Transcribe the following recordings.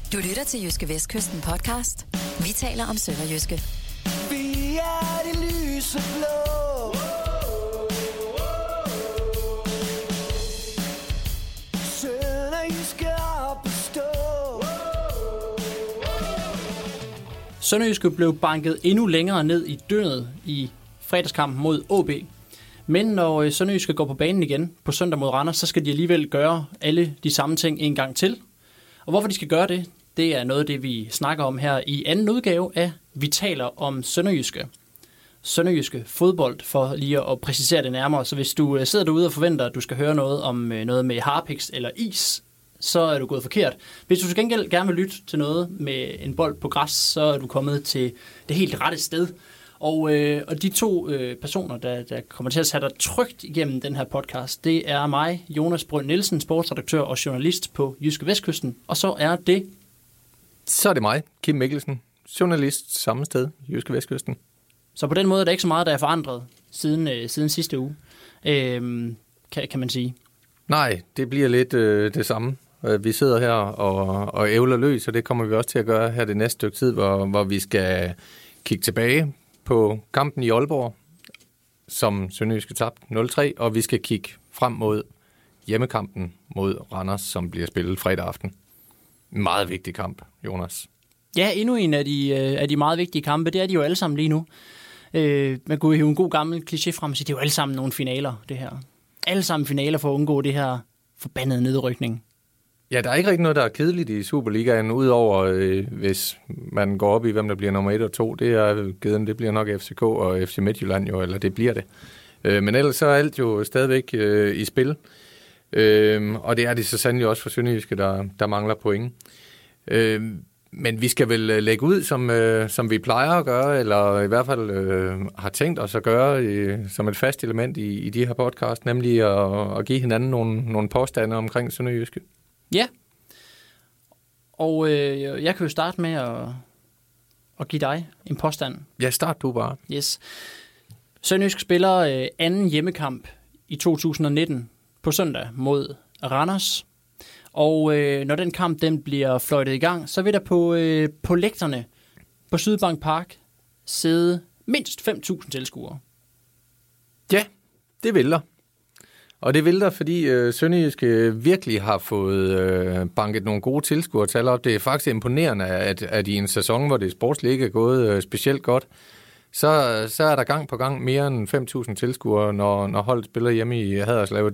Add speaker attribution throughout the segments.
Speaker 1: Du lytter til Jyske Vestkysten podcast. Vi taler om sønderjyske.
Speaker 2: Vi er det lyseblå. Sønderjyske op at stå.
Speaker 3: Sønderjyske blev banket endnu længere ned i døgnet i fredagskampen mod AB. Men når Sønderjyske går på banen igen på søndag mod Randers, så skal de alligevel gøre alle de samme ting en gang til. Og hvorfor de skal gøre det, det er noget af det, vi snakker om her i anden udgave af Vi taler om Sønderjyske. Sønderjyske fodbold, for lige at præcisere det nærmere. Så hvis du sidder derude og forventer, at du skal høre noget om noget med harpiks eller is, så er du gået forkert. Hvis du til gengæld gerne vil lytte til noget med en bold på græs, så er du kommet til det helt rette sted. Og de to personer, der kommer til at sætte dig trygt igennem den her podcast, det er mig, Jonas Brønd Nielsen, sportsredaktør og journalist på Jyske Vestkysten. Og så er det...
Speaker 4: Så er det mig, Kim Mikkelsen, journalist samme sted, Jyske Vestkysten.
Speaker 3: Så på den måde er der ikke så meget, der er forandret siden sidste uge, kan man sige.
Speaker 4: Nej, det bliver lidt det samme. Vi sidder her og ævler løs, og det kommer vi også til at gøre her det næste stykke tid, hvor vi skal kigge tilbage på kampen i Aalborg, som Sønderjyske tabte 0-3, og vi skal kigge frem mod hjemmekampen mod Randers, som bliver spillet fredag aften. En meget vigtig kamp, Jonas.
Speaker 3: Ja, endnu en af de meget vigtige kampe, det er de jo alle sammen lige nu. Man kunne hive en god gammel kliché frem og sige, det er jo alle sammen nogle finaler, det her. Alle sammen finaler for at undgå det her forbandede nedrykning.
Speaker 4: Ja, der er ikke rigtig noget, der er kedeligt i Superligaen, udover hvis man går op i, hvem der bliver nummer 1 og 2. Det er givet, det bliver nok FCK og FC Midtjylland jo, eller det bliver det. Men ellers så er alt jo stadigvæk i spil. Og det er det så sandelig også for Sønderjyske, der mangler point. Men vi skal vel lægge ud, som vi plejer at gøre, eller i hvert fald har tænkt os at gøre som et fast element i de her podcast, nemlig at give hinanden nogle påstande omkring Sønderjyske.
Speaker 3: Ja, og jeg kan jo starte med at give dig en påstand.
Speaker 4: Ja, start du bare.
Speaker 3: Yes. Sønderjysk spiller anden hjemmekamp i 2019 på søndag mod Randers. Og når den kamp den bliver fløjtet i gang, så vil der på lægterne på Sydbank Park sidde mindst 5.000 tilskuere.
Speaker 4: Ja, det vil der. Og det vil der, fordi Sønderjyske virkelig har fået banket nogle gode tilskuertal op. Det er faktisk imponerende, at i en sæson, hvor det sportsligt ikke er gået specielt godt, så er der gang på gang mere end 5.000 tilskuere, når holdet spiller hjemme i Haderslev.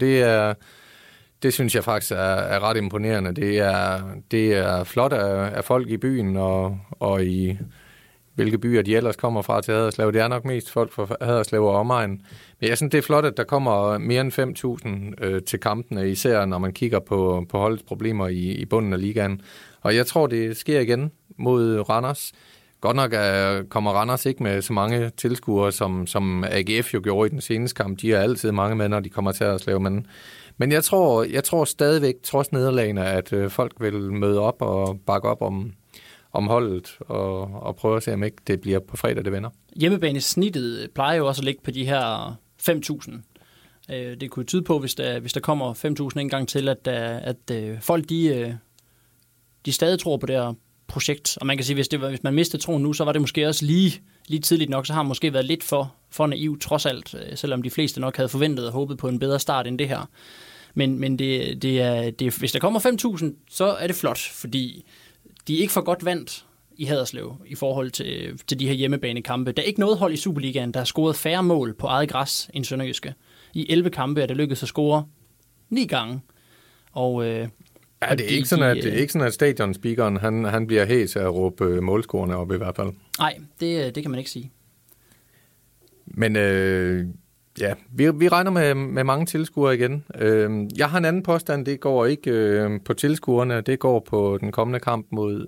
Speaker 4: Det synes jeg faktisk er ret imponerende. Det er flot af folk i byen og i hvilke byer de ellers kommer fra til Haderslev. Det er nok mest folk fra Haderslev og omegn. Men jeg synes, det er flot, at der kommer mere end 5.000 til kampene, især når man kigger på holdets problemer i bunden af ligaen. Og jeg tror, det sker igen mod Randers. Godt nok kommer Randers ikke med så mange tilskuere, som AGF jo gjorde i den seneste kamp. De er altid mange med, når de kommer til Haderslev. Men jeg tror stadigvæk, trods nederlagene, at folk vil møde op og bakke op om holdet og prøve at se, om ikke det bliver på fredag, det vender.
Speaker 3: Hjemmebanesnittet plejer jo også at ligge på de her 5.000. Det kunne tyde på, hvis der kommer 5.000 en gang til, at folk de stadig tror på det her projekt. Og man kan sige, hvis man mister troen nu, så var det måske også lige tidligt nok, så har man måske været lidt for naiv trods alt, selvom de fleste nok havde forventet og håbet på en bedre start end det her. Men hvis der kommer 5.000, så er det flot, fordi de er ikke for godt vandt i Haderslev i forhold til de her hjemmebanekampe. Der er ikke noget hold i Superligaen, der har scoret færre mål på eget græs end Sønderjyske. I 11 kampe er det lykkedes at score 9 gange. Og
Speaker 4: det er ikke sådan, at stadionspeakeren han bliver hæs af at råbe målscorerne op i hvert fald.
Speaker 3: Nej, det kan man ikke sige.
Speaker 4: Men vi regner med mange tilskuere igen. Jeg har en anden påstand, det går ikke på tilskuerne, det går på den kommende kamp mod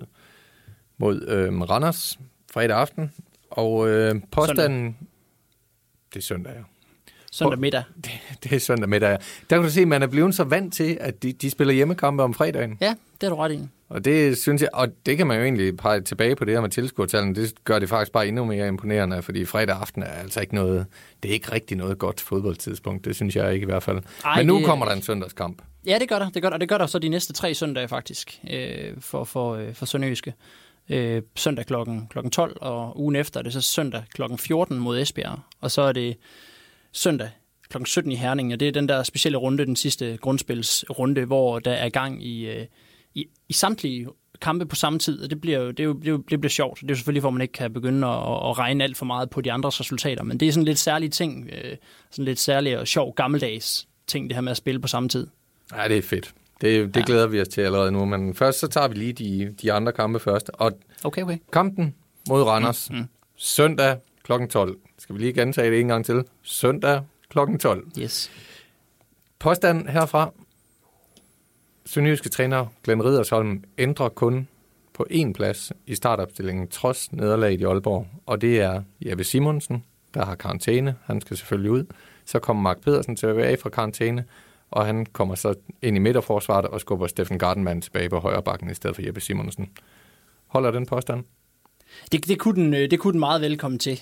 Speaker 4: Randers fredag aften. Og påstanden... Søndag. Det er søndag, ja.
Speaker 3: Søndag middag.
Speaker 4: Det er søndag middag, ja. Der kan du se, at man er blevet så vant til, at de spiller hjemmekampe om fredagen.
Speaker 3: Ja, det er du ret i.
Speaker 4: Og det synes jeg, og det kan man jo egentlig pege tilbage på det her med tilskuertallene. Det gør det faktisk bare endnu mere imponerende, fordi fredag aften er altså ikke noget, det er ikke rigtig noget godt fodboldtidspunkt. Det synes jeg ikke i hvert fald. Men nu kommer der en søndagskamp.
Speaker 3: Ja, det gør der. Og det gør der så de næste 3 søndage faktisk for Sønderjyske. Søndag klokken 12, og ugen efter er det så søndag klokken 14 mod Esbjerg. Og så er det søndag klokken 17 i Herning, og det er den der specielle runde, den sidste grundspilsrunde, hvor der er gang i samtlige kampe på samme tid, og det bliver sjovt. Det er jo selvfølgelig, hvor man ikke kan begynde at regne alt for meget på de andres resultater, men det er sådan lidt særlige ting, sådan lidt særlig og sjov gammeldags ting, det her med at spille på samme tid. Ja,
Speaker 4: det er fedt. Det glæder vi os til allerede nu, men først så tager vi lige de andre kampe først. Og
Speaker 3: okay.
Speaker 4: Kampen mod Randers, søndag klokken 12. Skal vi lige gentage det en gang til? Søndag klokken 12.
Speaker 3: Yes.
Speaker 4: Påstand herfra. Sønderjyske træner Glenn Riddersholm ændrer kun på 1 plads i startopstillingen, trods nederlaget i Aalborg. Og det er Jeppe Simonsen, der har karantæne. Han skal selvfølgelig ud. Så kommer Mark Pedersen tilbage fra karantæne, og han kommer så ind i midterforsvaret og skubber Steffen Gardenman tilbage på højre bakken i stedet for Jeppe Simonsen. Holder den påstand?
Speaker 3: Det kunne den meget velkommen til,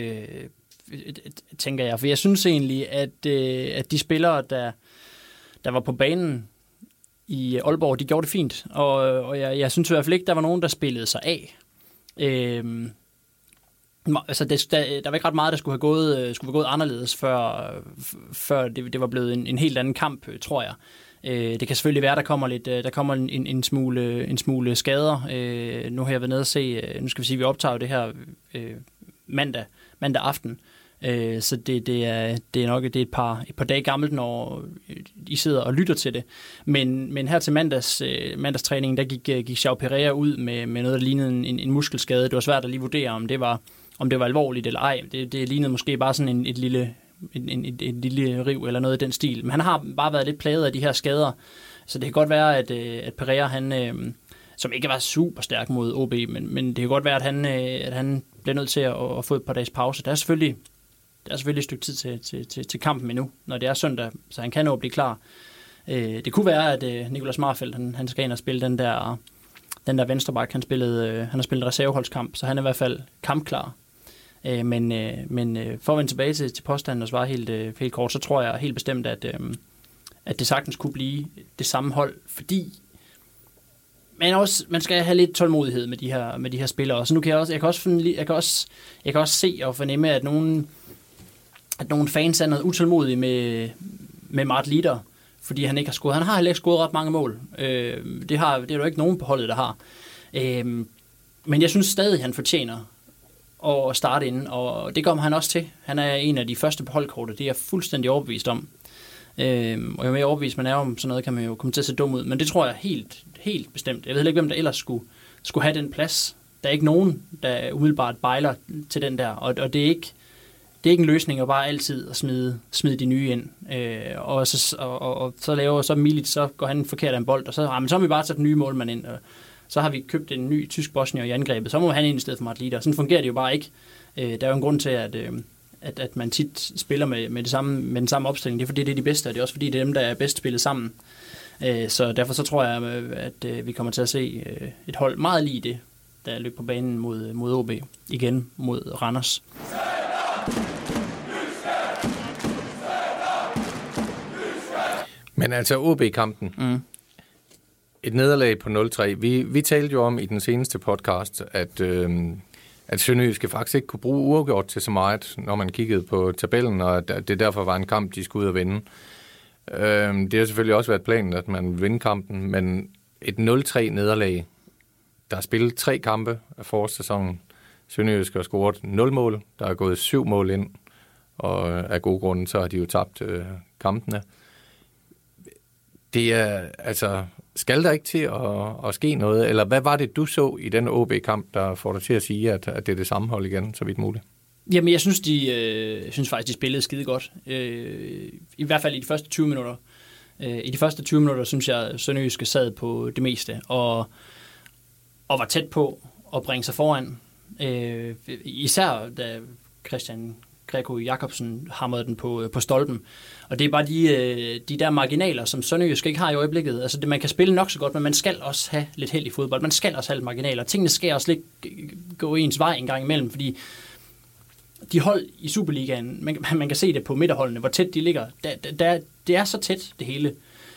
Speaker 3: tænker jeg. For jeg synes egentlig, at de spillere, der var på banen i Aalborg, de gjorde det fint. Og jeg synes i hvert fald ikke, der var nogen, der spillede sig af. Altså der var ikke ret meget, der skulle være gået anderledes, før det var blevet en helt anden kamp, tror jeg. Det kan selvfølgelig være, der kommer en smule skader. Nu har jeg været nede og se, nu skal vi sige, vi optager det her mandag mandag aften. Så det er nok et par dage gammelt, når I sidder og lytter til det. Men her til mandagstræningen, der gik João Pereira ud med noget, der lignede en muskelskade. Det var svært at lige vurdere, om det var alvorligt eller ej. Det lignede måske bare sådan et lille riv eller noget i den stil. Men han har bare været lidt plaget af de her skader. Så det kan godt være, at Pereira, han, som ikke var super stærk mod OB, men det kan godt være, at han bliver nødt til at få et par dages pause. Der er selvfølgelig et stykke tid til kampen endnu, når det er søndag, så han kan nå at blive klar. Det kunne være, at Nicolas Marfeldt, han skal ind og spille den der venstreback. Han har spillet reserveholdskamp, så han er i hvert fald kampklar. Men for at vende tilbage til påstanden og svare helt kort, så tror jeg helt bestemt, at det sagtens kunne blive det samme hold, fordi man skal have lidt tålmodighed med de her spillere. Så nu kan jeg kan også se og fornemme, at nogle fans er noget utålmodige med Mart Lider, fordi han ikke har scoret. Han har heller ikke scoret ret mange mål. Det er jo ikke nogen på holdet, der har. Men jeg synes stadig, han fortjener at starte inden, og det kommer han også til. Han er en af de første på holdkortet, det er jeg fuldstændig overbevist om. Og jo mere overbevist man er om sådan noget, kan man jo komme til at se dum ud, men det tror jeg helt bestemt. Jeg ved ikke, hvem der ellers skulle have den plads. Der er ikke nogen, der umiddelbart bejler til den der, og det er ikke en løsning at bare altid at smide de nye ind. Og så laver så Milic, så går han forkert af en bold, og så har vi bare taget den nye målmand ind, og så har vi købt en ny tysk bosnier i angrebet, så må han ind i stedet for Mart Lider. Sådan fungerer det jo bare ikke. Der er jo en grund til, at man tit spiller med den samme opstilling. Det er fordi, det er de bedste, og det er også fordi, det er dem, der er bedst spillet sammen. Så derfor så tror jeg, at vi kommer til at se et hold meget lige det, der løb på banen mod OB. Igen mod Randers.
Speaker 4: Men altså OB-kampen. Et nederlag på 0-3. Vi talte jo om i den seneste podcast, at Sønderjyske faktisk ikke kunne bruge uafgjort til så meget, når man kiggede på tabellen, og at det derfor var en kamp, de skulle ud og vinde. Det har selvfølgelig også været planen, at man vil vinde kampen, men et 0-3 nederlag, der er spillet 3 kampe af forårssæsonen. Sønderjyske har scoret 0 mål, der er gået 7 mål ind, og af gode grunde, så har de jo tabt kampene. Det er, altså, skal der ikke til at ske noget? Eller hvad var det, du så i den OB-kamp, der får dig til at sige, at det er det samme hold igen, så vidt muligt?
Speaker 3: Jamen, jeg synes faktisk, de spillede skide godt. I hvert fald i de første 20 minutter. I de første 20 minutter, synes jeg, Sønderjyske sad på det meste, og var tæt på at bringe sig foran. Især da Christian Greco Jacobsen hamrede den på stolpen. Og det er bare de der marginaler, som Sønderjysk ikke har i øjeblikket. Altså man kan spille nok så godt, men man skal også have lidt held i fodbold. Man skal også have lidt marginaler. Tingene skal også lidt gå ens vej en gang imellem, fordi de hold i Superligaen, man kan se det på midterholdene, hvor tæt de ligger. Det er så tæt, det hele.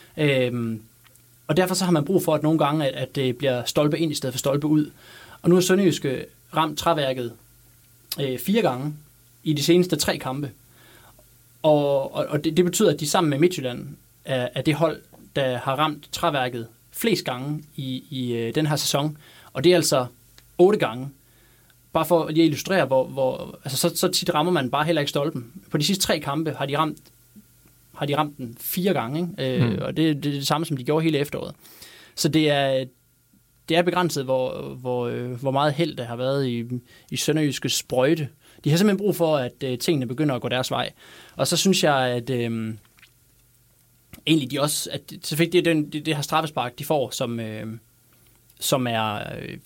Speaker 3: Og derfor så har man brug for, at nogle gange, at det bliver stolpe ind i stedet for stolpe ud. Og nu har Sønderjysk ramt træværket 4 gange i de seneste 3 kampe. Og det betyder, at de sammen med Midtjylland er det hold, der har ramt træværket flest gange i den her sæson. Og det er altså 8 gange. Bare for at illustrere, hvor altså så tit rammer man bare heller ikke stolpen. På de sidste 3 kampe har de ramt den 4 gange, ikke? Og det er det samme, som de gjorde hele efteråret. Så det er begrænset, hvor meget held der har været i Sønderjyske sprøjte. De har simpelthen brug for, at tingene begynder at gå deres vej. Og så synes jeg, at egentlig de også, at selvfølgelig det her straffespark, de får, som er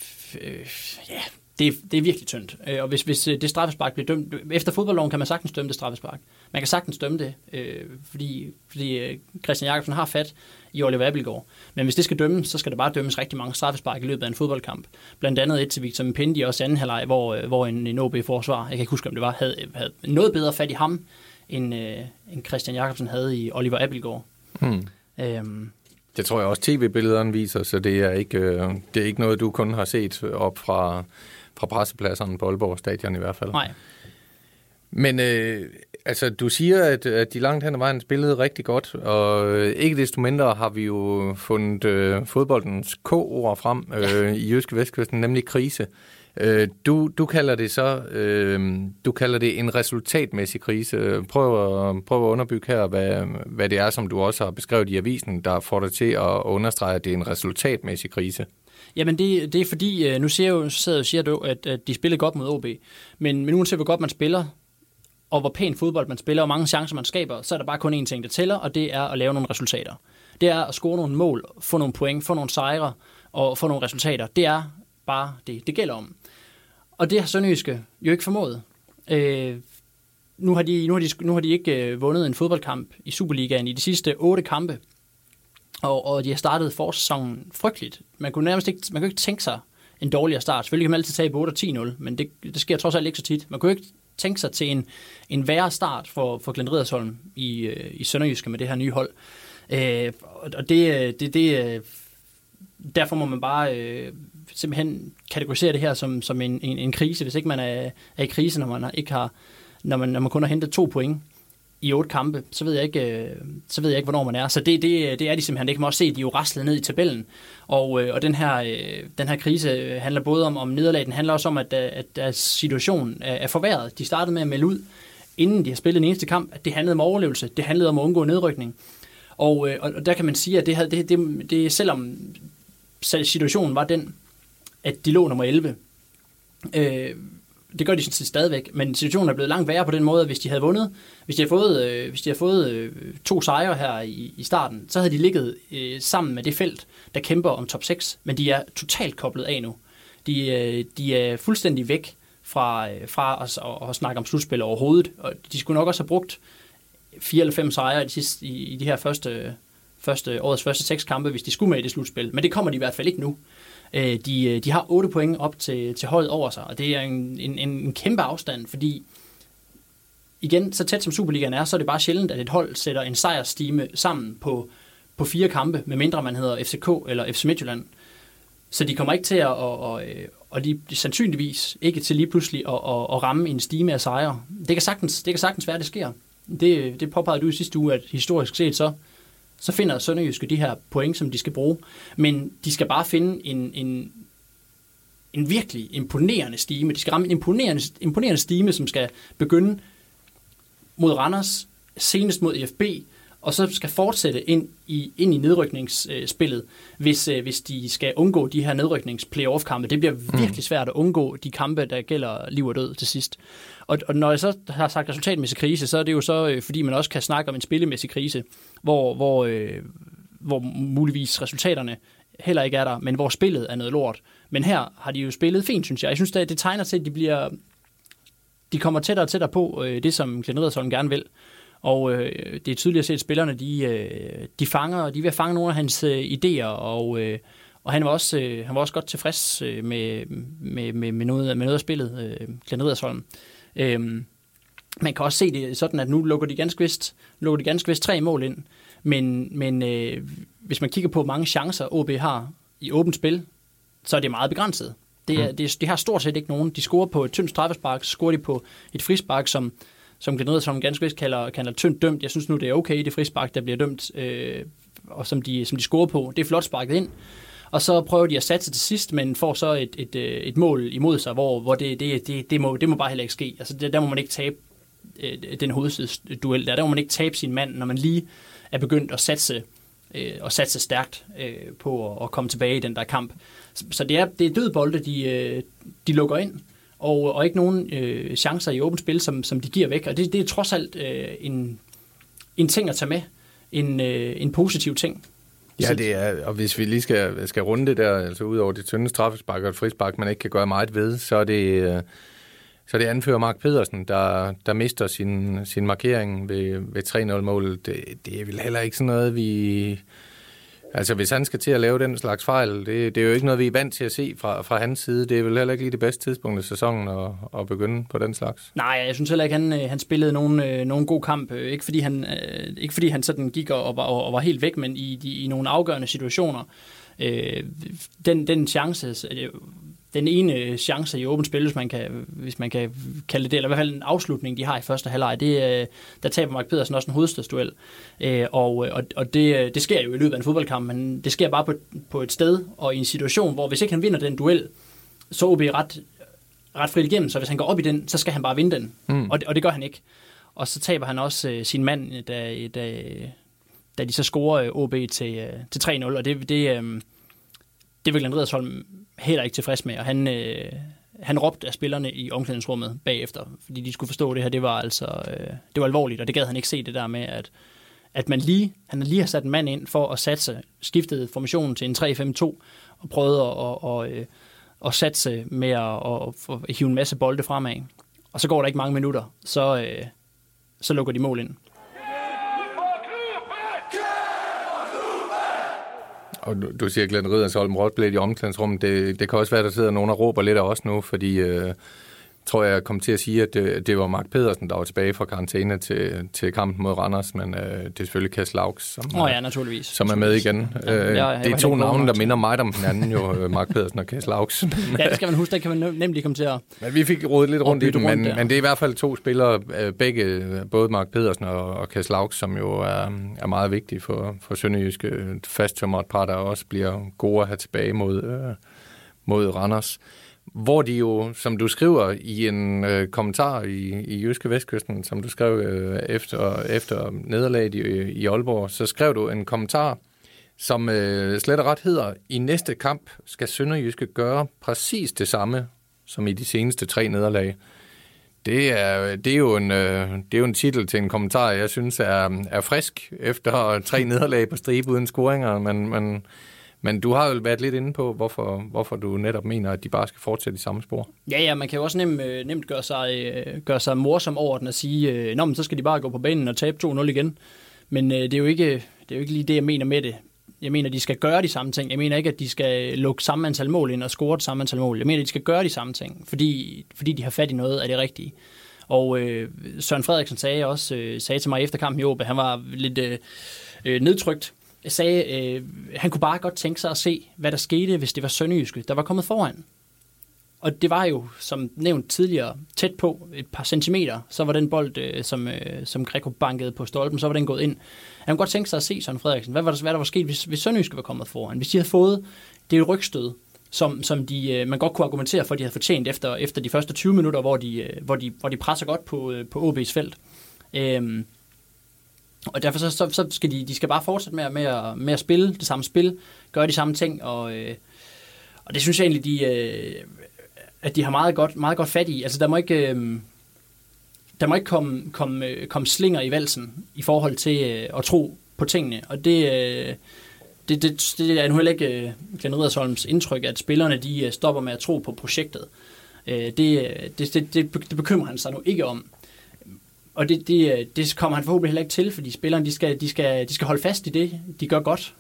Speaker 3: det er virkelig tyndt. Og hvis det straffespark bliver dømt, efter fodboldloven kan man sagtens dømme det straffespark. Man kan sagtens dømme det, fordi Christian Jakobsen har fat i Oliver Abildgaard. Men hvis det skal dømmes, så skal der bare dømmes rigtig mange straffespark i løbet af en fodboldkamp. Blandt andet et til Victor Mpendi også anden halvleg, hvor en OB-forsvar, jeg kan ikke huske, om det var, havde noget bedre fat i ham, end Christian Jakobsen havde i Oliver Abildgaard.
Speaker 4: Det tror jeg også tv-billederne viser, så det er ikke noget, du kun har set op fra pressepladserne på Aalborg Stadion i hvert fald.
Speaker 3: Nej.
Speaker 4: Men altså, du siger, at de langt hen ad vejen spillede rigtig godt, og ikke desto mindre har vi jo fundet fodboldens K-ord frem i Jyske Vestkysten, nemlig krise. Du kalder det så en resultatmæssig krise. Prøv at underbygge her, hvad det er, som du også har beskrevet i avisen, der får dig til at understrege, at det er en resultatmæssig krise.
Speaker 3: Jamen det er fordi, nu siger du, at de spillede godt mod OB, men uanset hvor godt man spiller, og hvor pæn fodbold man spiller, og hvor mange chancer man skaber, så er der bare kun én ting, der tæller, og det er at lave nogle resultater. Det er at score nogle mål, få nogle point, få nogle sejre, og få nogle resultater. Det er bare det gælder om. Og det har Sønderjyske jo ikke formået. Nu har de ikke vundet en fodboldkamp i Superligaen i de sidste 8 kampe, og de har startet forårssæsonen frygteligt. Man kunne ikke tænke sig en dårligere start. Selvfølgelig kan man altid tabe 8 og 10-0, men det sker trods alt ikke så tit. Man kunne ikke tænke sig til en værre start for Glenn Riddersholm i Sønderjyske med det her nye hold. Og derfor må man bare simpelthen kategorisere det her som en krise, hvis ikke man er i krise, når man kun har hentet 2 point i 8 kampe, så ved jeg ikke, hvornår man er. Så det er de simpelthen. Det kan man også se, de er jo raslet ned i tabellen. Og den her krise handler både om nederlag, den handler også om, at situationen er forværret. De startede med at melde ud, inden de har spillet den eneste kamp, at det handlede om overlevelse, det handlede om at undgå nedrykning. Og der kan man sige, at det selvom situationen var den, at de lå nummer 11, det gør de sådan set stadigvæk, men situationen er blevet langt værre på den måde, at hvis de havde vundet, hvis de havde fået 2 sejre her i starten, så havde de ligget sammen med det felt, der kæmper om top 6, men de er totalt koblet af nu. De er fuldstændig væk fra at snakke om slutspil overhovedet, og de skulle nok også have brugt 4 eller 5 sejre i de her årets første 6 kampe, hvis de skulle med i det slutspil, men det kommer de i hvert fald ikke nu. De har 8 point op til holdet over sig, og det er en kæmpe afstand, fordi igen, så tæt som Superligaen er, så er det bare sjældent, at et hold sætter en sejrstime sammen på 4 kampe, medmindre man hedder FCK eller FC Midtjylland. Så de kommer ikke til og de sandsynligvis ikke til lige pludselig at ramme en stime af sejre. Det kan sagtens være, det sker. Det påpegede du i sidste uge, at historisk set så finder Sønderjyske de her point, som de skal bruge. Men de skal bare finde en virkelig imponerende stime. De skal ramme en imponerende stime, som skal begynde mod Randers, senest mod IFB, og så skal fortsætte ind i nedrykningsspillet, hvis de skal undgå de her nedryknings-playoff-kampe. Det bliver virkelig svært at undgå de kampe, der gælder liv og død til sidst. Og når jeg så har sagt resultatmæssig krise, så er det jo så, fordi man også kan snakke om en spillemæssig krise, hvor muligvis resultaterne heller ikke er der, men hvor spillet er noget lort. Men her har de jo spillet fint, synes jeg. Jeg synes, at det tegner til, at de bliver de kommer tættere og tættere på det, som Glenn Riddersholm gerne vil. Og det er tydeligt at se, at spillerne de er ved at fange nogle af hans idéer, og han var også godt tilfreds med noget af spillet, Glenn Riddersholm. Man kan også se det sådan, at nu lukker de ganske vist 3 mål ind, men hvis man kigger på, hvor mange chancer OB har i åbent spil, så er det meget begrænset. De har stort set ikke nogen. De scorer på et tyndt straffespark, så scorer de på et frispark, som Glenn Riddersholm ganske vist kalder tyndt dømt. Jeg synes nu, det er okay, det frispark, der bliver dømt, og som de scorer på. Det er flot sparket ind. Og så prøver de at satse til sidst, men får så et mål imod sig, hvor det må bare heller ikke ske. Altså der må man ikke tabe den hovedsidsduel. Der må man ikke tabe sin mand, når man lige er begyndt at satse stærkt på at komme tilbage i den der kamp. Så det er dødbolde, de lukker ind, og ikke nogen chancer i åbent spil, som de giver væk. Og det er trods alt en ting at tage med, en positiv ting.
Speaker 4: Ja, det er, og hvis vi lige skal runde det der, altså ud over det tynde straffespark og et frispark, man ikke kan gøre meget ved, så er det anfører Mark Pedersen, der mister sin markering ved 3-0-målet. Det er vel heller ikke sådan noget, vi... Altså, hvis han skal til at lave den slags fejl, det er jo ikke noget, vi er vant til at se fra hans side. Det er vel heller ikke lige det bedste tidspunkt i sæsonen at begynde på den slags. Nej,
Speaker 3: jeg synes heller ikke, han spillede nogen god kamp. Ikke fordi han sådan gik og var helt væk, men i nogle afgørende situationer. Den chance... Den ene chance i åbent spil, hvis man kan kalde det, eller i hvert fald en afslutning, de har i første halvleg, der taber Mark Pedersen også en hovedstadsduel. Og det sker jo i løbet af en fodboldkamp, men det sker bare på et sted og i en situation, hvor hvis ikke han vinder den duel, så OB ret frit igennem, så hvis han går op i den, så skal han bare vinde den. Og det gør han ikke. Og så taber han også sin mand, da de så scorer OB til 3-0, og det vil Glenn Riddersholm heller ikke tilfreds med, og han råbte af spillerne i omklædningsrummet bagefter, fordi de skulle forstå, at det her, det var alvorligt, og det gad han ikke se, det der med, at han lige har sat en mand ind for at satse, skiftede formationen til en 3-5-2, og prøvede at satse med at hive en masse bolde fremad. Og så går der ikke mange minutter, så lukker de mål ind.
Speaker 4: Og du siger, Glenn Riddersholm rådblæt i omklædningsrummet. Det kan også være, der sidder nogen og råber lidt af os nu, fordi tror jeg kom til at sige, at det var Mark Pedersen, der var tilbage fra karantæne til kampen mod Randers, men det er selvfølgelig Kas Lauks, som er med igen. Det er 2 navne, der minder meget om hinanden, jo Mark Pedersen og Kas Lauks.
Speaker 3: Ja, det skal man huske, der kan man nemt komme til at...
Speaker 4: Men vi fik rodet lidt rundt i det, men det er i hvert fald 2 spillere, begge, både Mark Pedersen og Kas Lauks, som jo er meget vigtige for Sønderjyske fasttømret par, der også bliver gode at have tilbage mod Randers. Hvor de jo, som du skriver i en kommentar i Jyske Vestkysten, som du skrev efter nederlaget i Aalborg, så skrev du en kommentar, som slet og ret hedder: i næste kamp skal Sønderjyske gøre præcis det samme, som i de seneste 3 nederlag. Det er jo en titel til en kommentar, jeg synes er frisk efter 3 nederlag på stribe uden scoringer, men du har jo været lidt inde på, hvorfor du netop mener, at de bare skal fortsætte i samme spor.
Speaker 3: Ja, man kan jo også nemt gøre sig morsom over den og sige, men så skal de bare gå på banen og tabe 2-0 igen. Men det er jo ikke lige det, jeg mener med det. Jeg mener, de skal gøre de samme ting. Jeg mener ikke, at de skal lukke samme antal mål ind og score det samme antal mål. Jeg mener, at de skal gøre de samme ting, fordi de har fat i noget af det rigtige. Og Søren Frederiksen sagde til mig efter kampen i OB, han var lidt nedtrykt. Jeg sagde, han kunne bare godt tænke sig at se, hvad der skete, hvis det var Sønderjyske, der var kommet foran. Og det var jo, som nævnt tidligere, tæt på et par centimeter. Så var den bold, som Greco bankede på stolpen, så var den gået ind. Han kunne godt tænke sig at se Søren Frederiksen. Hvad der var sket, hvis Sønderjyske var kommet foran? Hvis de havde fået det rygstød, som man godt kunne argumentere for, at de havde fortjent efter de første 20 minutter, hvor de presser godt på OB's felt. Og derfor så skal de skal bare fortsætte med at spille det samme spil, gøre de samme ting, og det synes jeg egentlig, at de har meget godt fat i. Altså der må ikke komme slinger i valsen i forhold til at tro på tingene, og det er nu heller ikke Glenn Riddersholms indtryk, at spillerne de stopper med at tro på projektet. Det bekymrer han sig nu ikke om. Og det kommer han forhåbentlig heller ikke til, fordi spillerne de skal holde fast i det, de gør godt.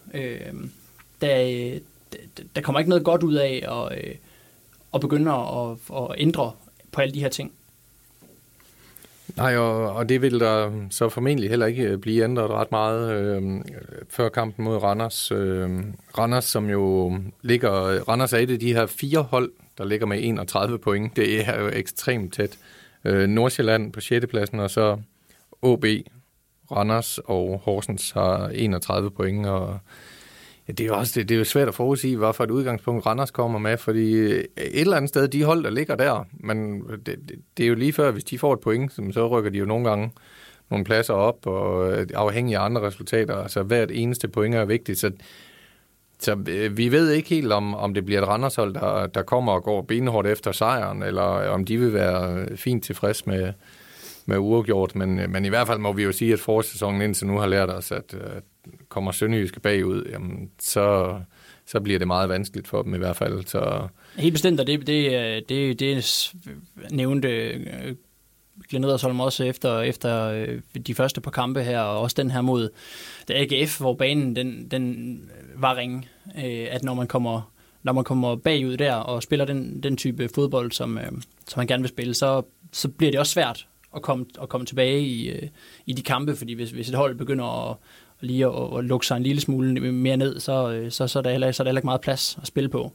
Speaker 3: Der kommer ikke noget godt ud af at begynde at ændre på alle de her ting.
Speaker 4: Nej, og det vil der så formentlig heller ikke blive ændret ret meget før kampen mod Randers. Randers, som jo ligger... Randers er et af de her 4 hold, der ligger med 31 point. Det er jo ekstremt tæt. Nordsjælland på 6. pladsen, og så OB, Randers og Horsens har 31 point, og ja, det er jo svært at forudsige, hvad for et udgangspunkt Randers kommer med, fordi et eller andet sted, de hold, der ligger der, men det er jo lige før, hvis de får et point, så rykker de jo nogle gange nogle pladser op, og afhængig af andre resultater, altså hvert eneste point er vigtigt, så vi ved ikke helt, om det bliver et Randershold, der kommer og går benhårdt efter sejren, eller om de vil være fint tilfreds med uafgjort, men i hvert fald må vi jo sige, at forårssæsonen indtil nu har lært os, at kommer Sønderjyske bagud, jamen, så bliver det meget vanskeligt for dem i hvert fald. Så
Speaker 3: helt bestemt, og det nævnte Glenn Edersholm også efter de første par kampe her, og også den her mod AGF, hvor banen den var ringe, at når man kommer bagud der og spiller den type fodbold, som man gerne vil spille, så bliver det også svært at komme tilbage i de kampe, fordi hvis et hold begynder at lukke sig en lille smule mere ned, så er der heller ikke meget plads at spille på.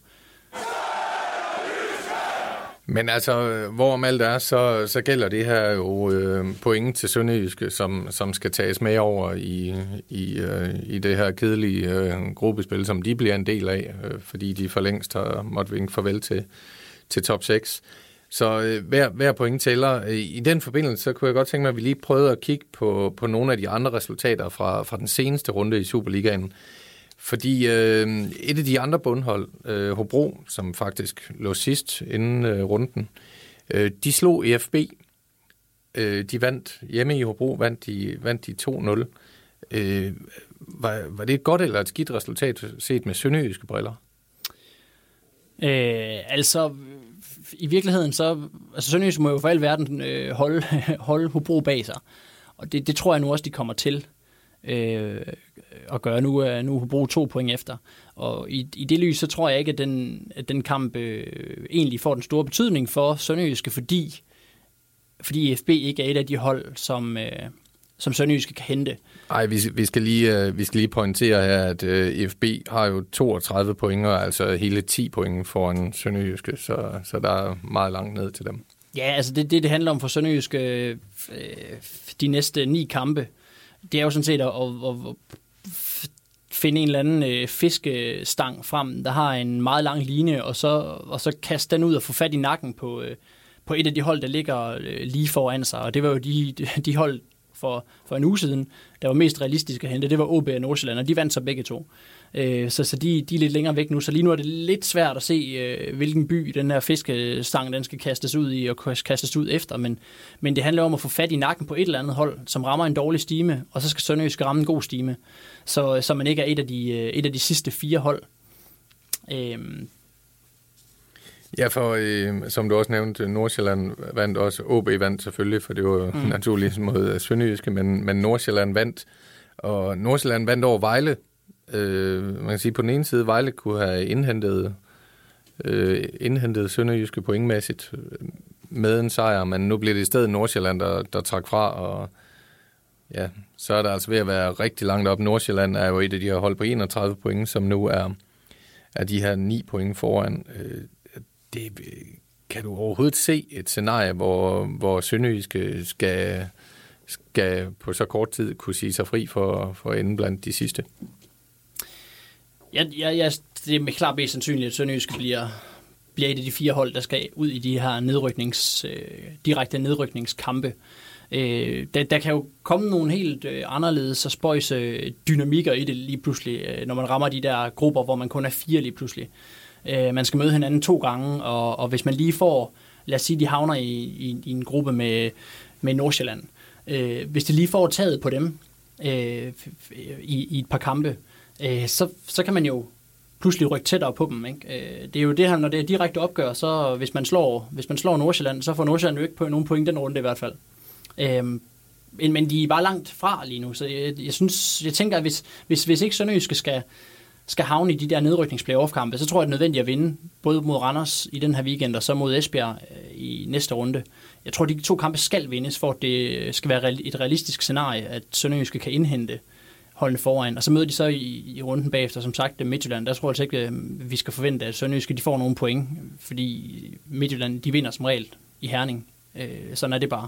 Speaker 4: Men altså, hvorom alt er, så gælder det her jo point til Sønderjyske, som skal tages med over i det her kedelige gruppespil, som de bliver en del af, fordi de for længst har måttet vinke farvel til top 6. Så hver point tæller. I den forbindelse, så kunne jeg godt tænke mig, at vi lige prøvede at kigge på nogle af de andre resultater fra den seneste runde i Superligaen. Fordi et af de andre bundhold, Hobro, som faktisk lå sidst inden runden, de slog EFB. De vandt hjemme i Hobro, vandt de 2-0. Var det et godt eller et skidt resultat set med sønderjyske briller?
Speaker 3: I virkeligheden Sønderjyske må jo for al verden holde Hobro bag sig. Og det tror jeg nu også, de kommer til at gøre. Nu er Hobro 2 point efter. Og i det lys, så tror jeg ikke, at den kamp egentlig får den store betydning for Sønderjyske, fordi FB ikke er et af de hold, som Sønderjyske kan hente.
Speaker 4: Nej, vi skal lige pointere her, at FB har jo 32 point, altså hele 10 point foran Sønderjyske, så der er meget langt ned til dem.
Speaker 3: Ja, altså det handler om for Sønderjyske de næste 9 kampe. Det er jo sådan set at finde en eller anden fiskestang frem, der har en meget lang linje, og så kaste den ud og få fat i nakken på et af de hold, der ligger lige foran sig. Og det var jo de hold for en uge siden, der var mest realistisk at hente. Det var OB og Nordsjælland, og de vandt så begge to. Så de er lidt længere væk nu. Så lige nu er det lidt svært at se, hvilken by den her fiskestang den skal kastes ud i og kastes ud efter. Men det handler om at få fat i nakken på et eller andet hold, som rammer en dårlig stime, og så skal Sønderjyske ramme en god stime, så man ikke er et af de sidste 4 hold.
Speaker 4: Ja, for som du også nævnte, Nordsjælland vandt også, OB vandt selvfølgelig, for det var naturligt mod Sønderjyske, men Nordsjælland vandt, og Nordsjælland vandt over Vejle. Man kan sige, på den ene side, Vejle kunne have indhentet Sønderjyske pointmæssigt med en sejr, men nu bliver det i stedet Nordsjælland, der trak fra, og ja, så er der altså ved at være rigtig langt op. Nordsjælland er jo et af de her hold på 31 point, som nu er de her 9 point foran. Kan du overhovedet se et scenarie, hvor Sønderjyske skal på så kort tid kunne sige sig fri for at ende blandt de sidste?
Speaker 3: Ja, det er med klart mest sandsynligt, at Sønderjyske bliver et af de 4 hold, der skal ud i de her direkte nedrykningskampe. Der kan jo komme nogle helt anderledes og spøjse dynamikker i det lige pludselig, når man rammer de der grupper, hvor man kun er 4 lige pludselig. Man skal møde hinanden 2 gange, og hvis man lige får, lad os sige, de havner i en gruppe med Nordsjælland. Hvis de lige får taget på dem i et par kampe, så kan man jo pludselig rykke tættere på dem. Ikke? Det er jo det her, når det er direkte opgør, så hvis man slår Nordsjælland, så får Nordsjælland jo ikke på nogen point den runde i hvert fald. Men de er bare langt fra lige nu, så jeg tænker, at hvis ikke Sønderjyske skal havne i de der nedryknings-playoff-kampe, så tror jeg, det er nødvendigt at vinde, både mod Randers i den her weekend, og så mod Esbjerg i næste runde. Jeg tror, de 2 kampe skal vindes, for at det skal være et realistisk scenarie, at Sønderjyske kan indhente holdene foran. Og så møder de så i runden bagefter, som sagt, Midtjylland. Der tror jeg altså ikke, vi skal forvente, at Sønderjyske de får nogle point, fordi Midtjylland, de vinder som regel i Herning. Sådan er det bare.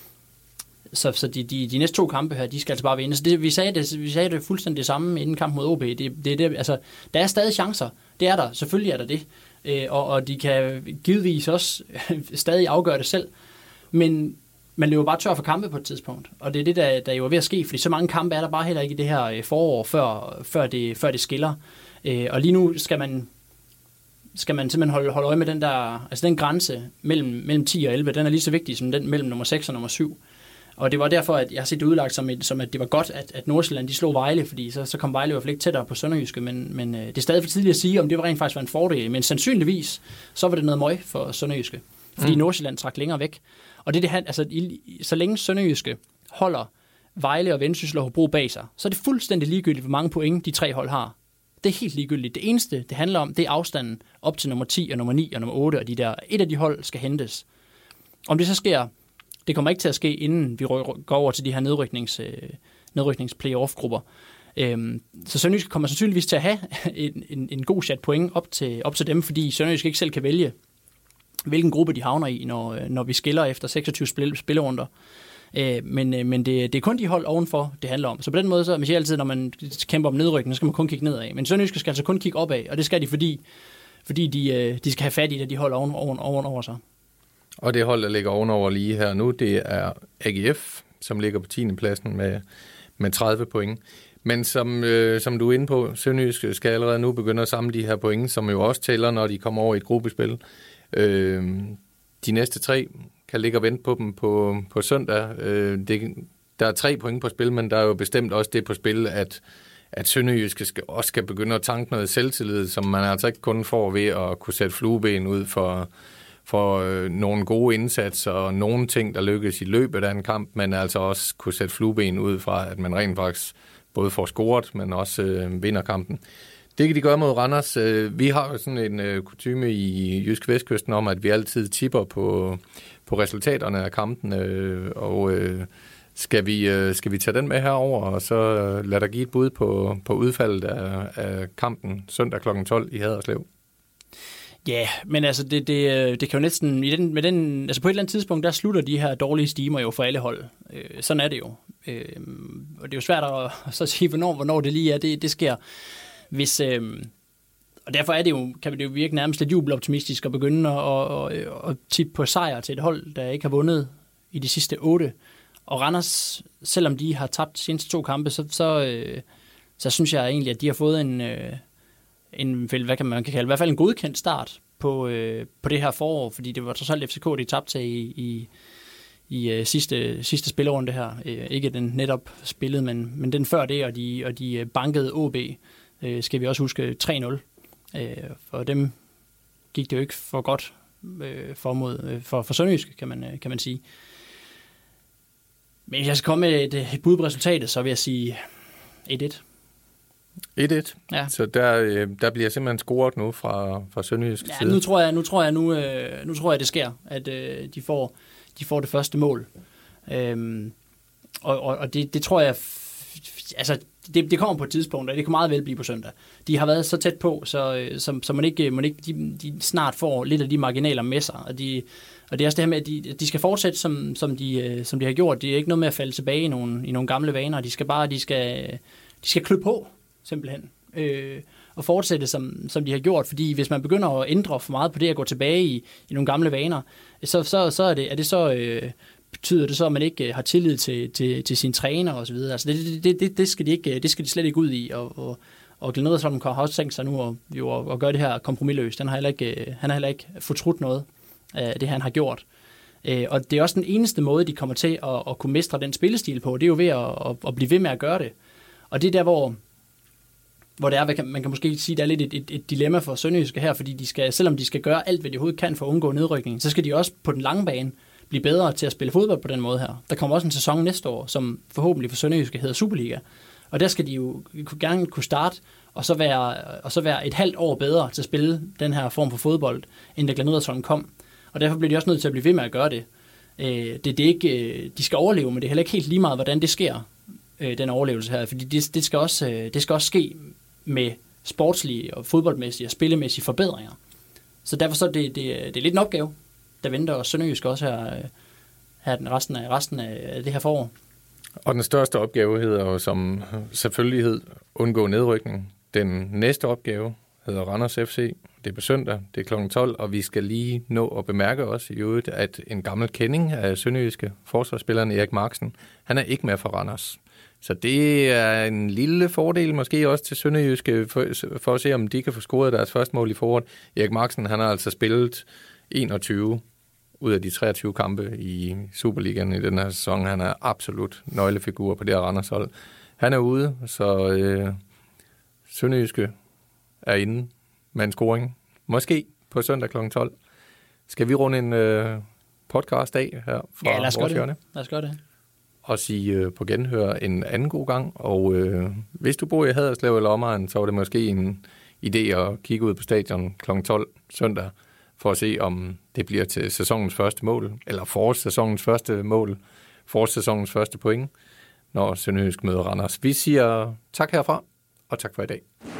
Speaker 3: Så de næste 2 kampe her, de skal altså bare vinde. Så vi sagde det fuldstændig det samme inden kampen mod OB. Altså, der er stadig chancer. Det er der. Selvfølgelig er der det. Og de kan givetvis også stadig afgøre det selv. Men man løber bare tør for kampe på et tidspunkt. Og det er det, der jo er ved at ske. Fordi så mange kampe er der bare heller ikke i det her forår, før det skiller. Og lige nu skal man simpelthen holde øje med den der, altså den grænse mellem 10 og 11. Den er lige så vigtig som den mellem nummer 6 og nummer 7. Og det var derfor, at jeg har set det udlagt som at det var godt, at Nordsjælland de slog Vejle, fordi så kom Vejle i hvert fald ikke tættere på Sønderjyske, men det er stadig for tidligt at sige, om det var rent faktisk var en fordel. Men sandsynligvis, så var det noget møg for Sønderjyske, fordi Nordsjælland trak længere væk. Og så længe Sønderjyske holder Vejle og Vendsyssel og Hobro bag sig, så er det fuldstændig ligegyldigt, hvor mange point de 3 hold har. Det er helt ligegyldigt. Det eneste, det handler om, det er afstanden op til nummer 10 og nummer 9 og nummer 8, og et af de hold skal hentes. Om det så sker, det kommer ikke til at ske, inden vi går over til de her nedryknings-playoff-grupper. Så Sønderjyske kommer sandsynligvis til at have en god chat point op til dem, fordi Sønderjyske ikke selv kan vælge, hvilken gruppe de havner i, når vi skiller efter 26 spillerunder. Men det er kun de hold ovenfor, det handler om. Så på den måde, så man siger altid, når man kæmper om nedrykning, så skal man kun kigge nedad. Men Sønderjyske skal altså kun kigge opad, og det skal de, fordi de skal have fat i de hold ovenover sig.
Speaker 4: Og det hold, der ligger ovenover lige her nu, det er AGF, som ligger på 10. pladsen med 30 point. Men som du er inde på, Sønderjyske skal allerede nu begynde at samle de her point, som jo også tæller, når de kommer over i et gruppespil. De næste 3 kan ligge og vente på dem på søndag. Der er 3 point på spil, men der er jo bestemt også det på spil, at Sønderjyske også skal begynde at tanke noget selvtillid, som man altså ikke kun får ved at kunne sætte flueben ud for nogle gode indsatser og nogle ting, der lykkes i løbet af en kamp, men altså også kunne sætte flueben ud fra, at man rent faktisk både får scoret, men også vinder kampen. Det kan de gøre mod Randers. Vi har jo sådan en kutyme i Jysk Vestkysten om, at vi altid tipper på resultaterne af kampen, og skal vi tage den med herover og så lade dig give et bud på udfaldet af kampen søndag kl. 12 i Haderslev?
Speaker 3: Ja, men altså det kan jo næsten altså på et eller andet tidspunkt, der slutter de her dårlige stimer jo for alle hold. Sådan er det jo. Og det er jo svært at så sige, hvornår det lige er, det sker. Og derfor er kan det jo virke nærmest lidt jubeloptimistisk at begynde at tippe på sejr til et hold, der ikke har vundet i de sidste 8. Og Randers, selvom de har tabt de seneste 2 kampe, så synes jeg egentlig, at de har fået hvad kan man kalde, i hvert fald en godkendt start på det her forår, fordi det var trods alt FCK, de tabte sig i sidste spillerunde her. Ikke den netop spillede, men den før det, og de bankede OB, skal vi også huske 3-0. For dem gik det jo ikke for godt for Sønderjyske, kan man sige. Men hvis jeg skal komme med et bud på resultatet, så vil jeg sige 1-1.
Speaker 4: 1-1?
Speaker 3: Ja.
Speaker 4: Så der bliver simpelthen scoret nu fra Sønderjysk side?
Speaker 3: Ja, nu tror jeg, det sker, at de får det første mål. Og det tror jeg, altså det kommer på et tidspunkt, og det kan meget vel blive på søndag. De har været så tæt på, så man ikke de snart får lidt af de marginaler med sig, og det er også det her med, at de skal fortsætte, som de har gjort. Det er ikke noget med at falde tilbage i nogle gamle vaner. De skal klø på, simpelthen, og fortsætte, som de har gjort. Fordi hvis man begynder at ændre for meget på det, at gå tilbage i nogle gamle vaner, betyder det så, at man ikke har tillid til sine træner og så videre. Altså det skal de slet ikke ud i, og Glenn Riddersholm har også tænkt sig nu at gøre det her kompromisløst. Han har heller ikke fortrudt noget af det, han har gjort. Og det er også den eneste måde, de kommer til at kunne mestre den spillestil på. Det er jo ved at blive ved med at gøre det. Og det er der, hvor hvor det er, man kan måske sige, der er lidt et dilemma for Sønderjyske her, fordi selvom de skal gøre alt, hvad de overhovedet kan for at undgå nedrykning, så skal de også på den lange bane blive bedre til at spille fodbold på den måde her. Der kommer også en sæson næste år, som forhåbentlig for Sønderjyske hedder Superliga. Og der skal de jo gerne kunne starte, og så være et halvt år bedre til at spille den her form for fodbold, end da Glenuddersholm kom. Og derfor bliver de også nødt til at blive ved med at gøre det. Det er ikke, de skal overleve, men det er heller ikke helt lige meget, hvordan det sker, den overlevelse her. Fordi det skal også ske med sportslige og fodboldmæssige og spillemæssige forbedringer. Så derfor så det er lidt en opgave, der venter os Sønderjysk også her resten af det her forår. Og
Speaker 4: den største opgave hedder jo som selvfølgelighed undgå nedrykning. Den næste opgave hedder Randers FC. Det er på søndag, det er kl. 12, og vi skal lige nå at bemærke også i øvrigt, at en gammel kending af sønderjyske forsvarsspilleren Erik Marksen, han er ikke med for Randers. Så det er en lille fordel måske også til sønderjyske, for at se, om de kan få scoret deres første mål i foråret. Erik Marksen, han har altså spillet 21 ud af de 23 kampe i Superligaen i den her sæson. Han er absolut nøglefigur på det her Randers-hold. Han er ude, så sønderjyske er inde med en scoring. Måske på søndag kl. 12. Skal vi runde en podcast af her fra vores hjørne?
Speaker 3: Lad os gøre det.
Speaker 4: Og sige på genhør en anden god gang. Og hvis du bor i Haderslev eller omegn, så var det måske en idé at kigge ud på stadion kl. 12 søndag, for at se, om det bliver til sæsonens første mål, eller forårssæsonens første mål, forårssæsonens første point, når Sønderjysk møder Randers. Vi siger tak herfra, og tak for i dag.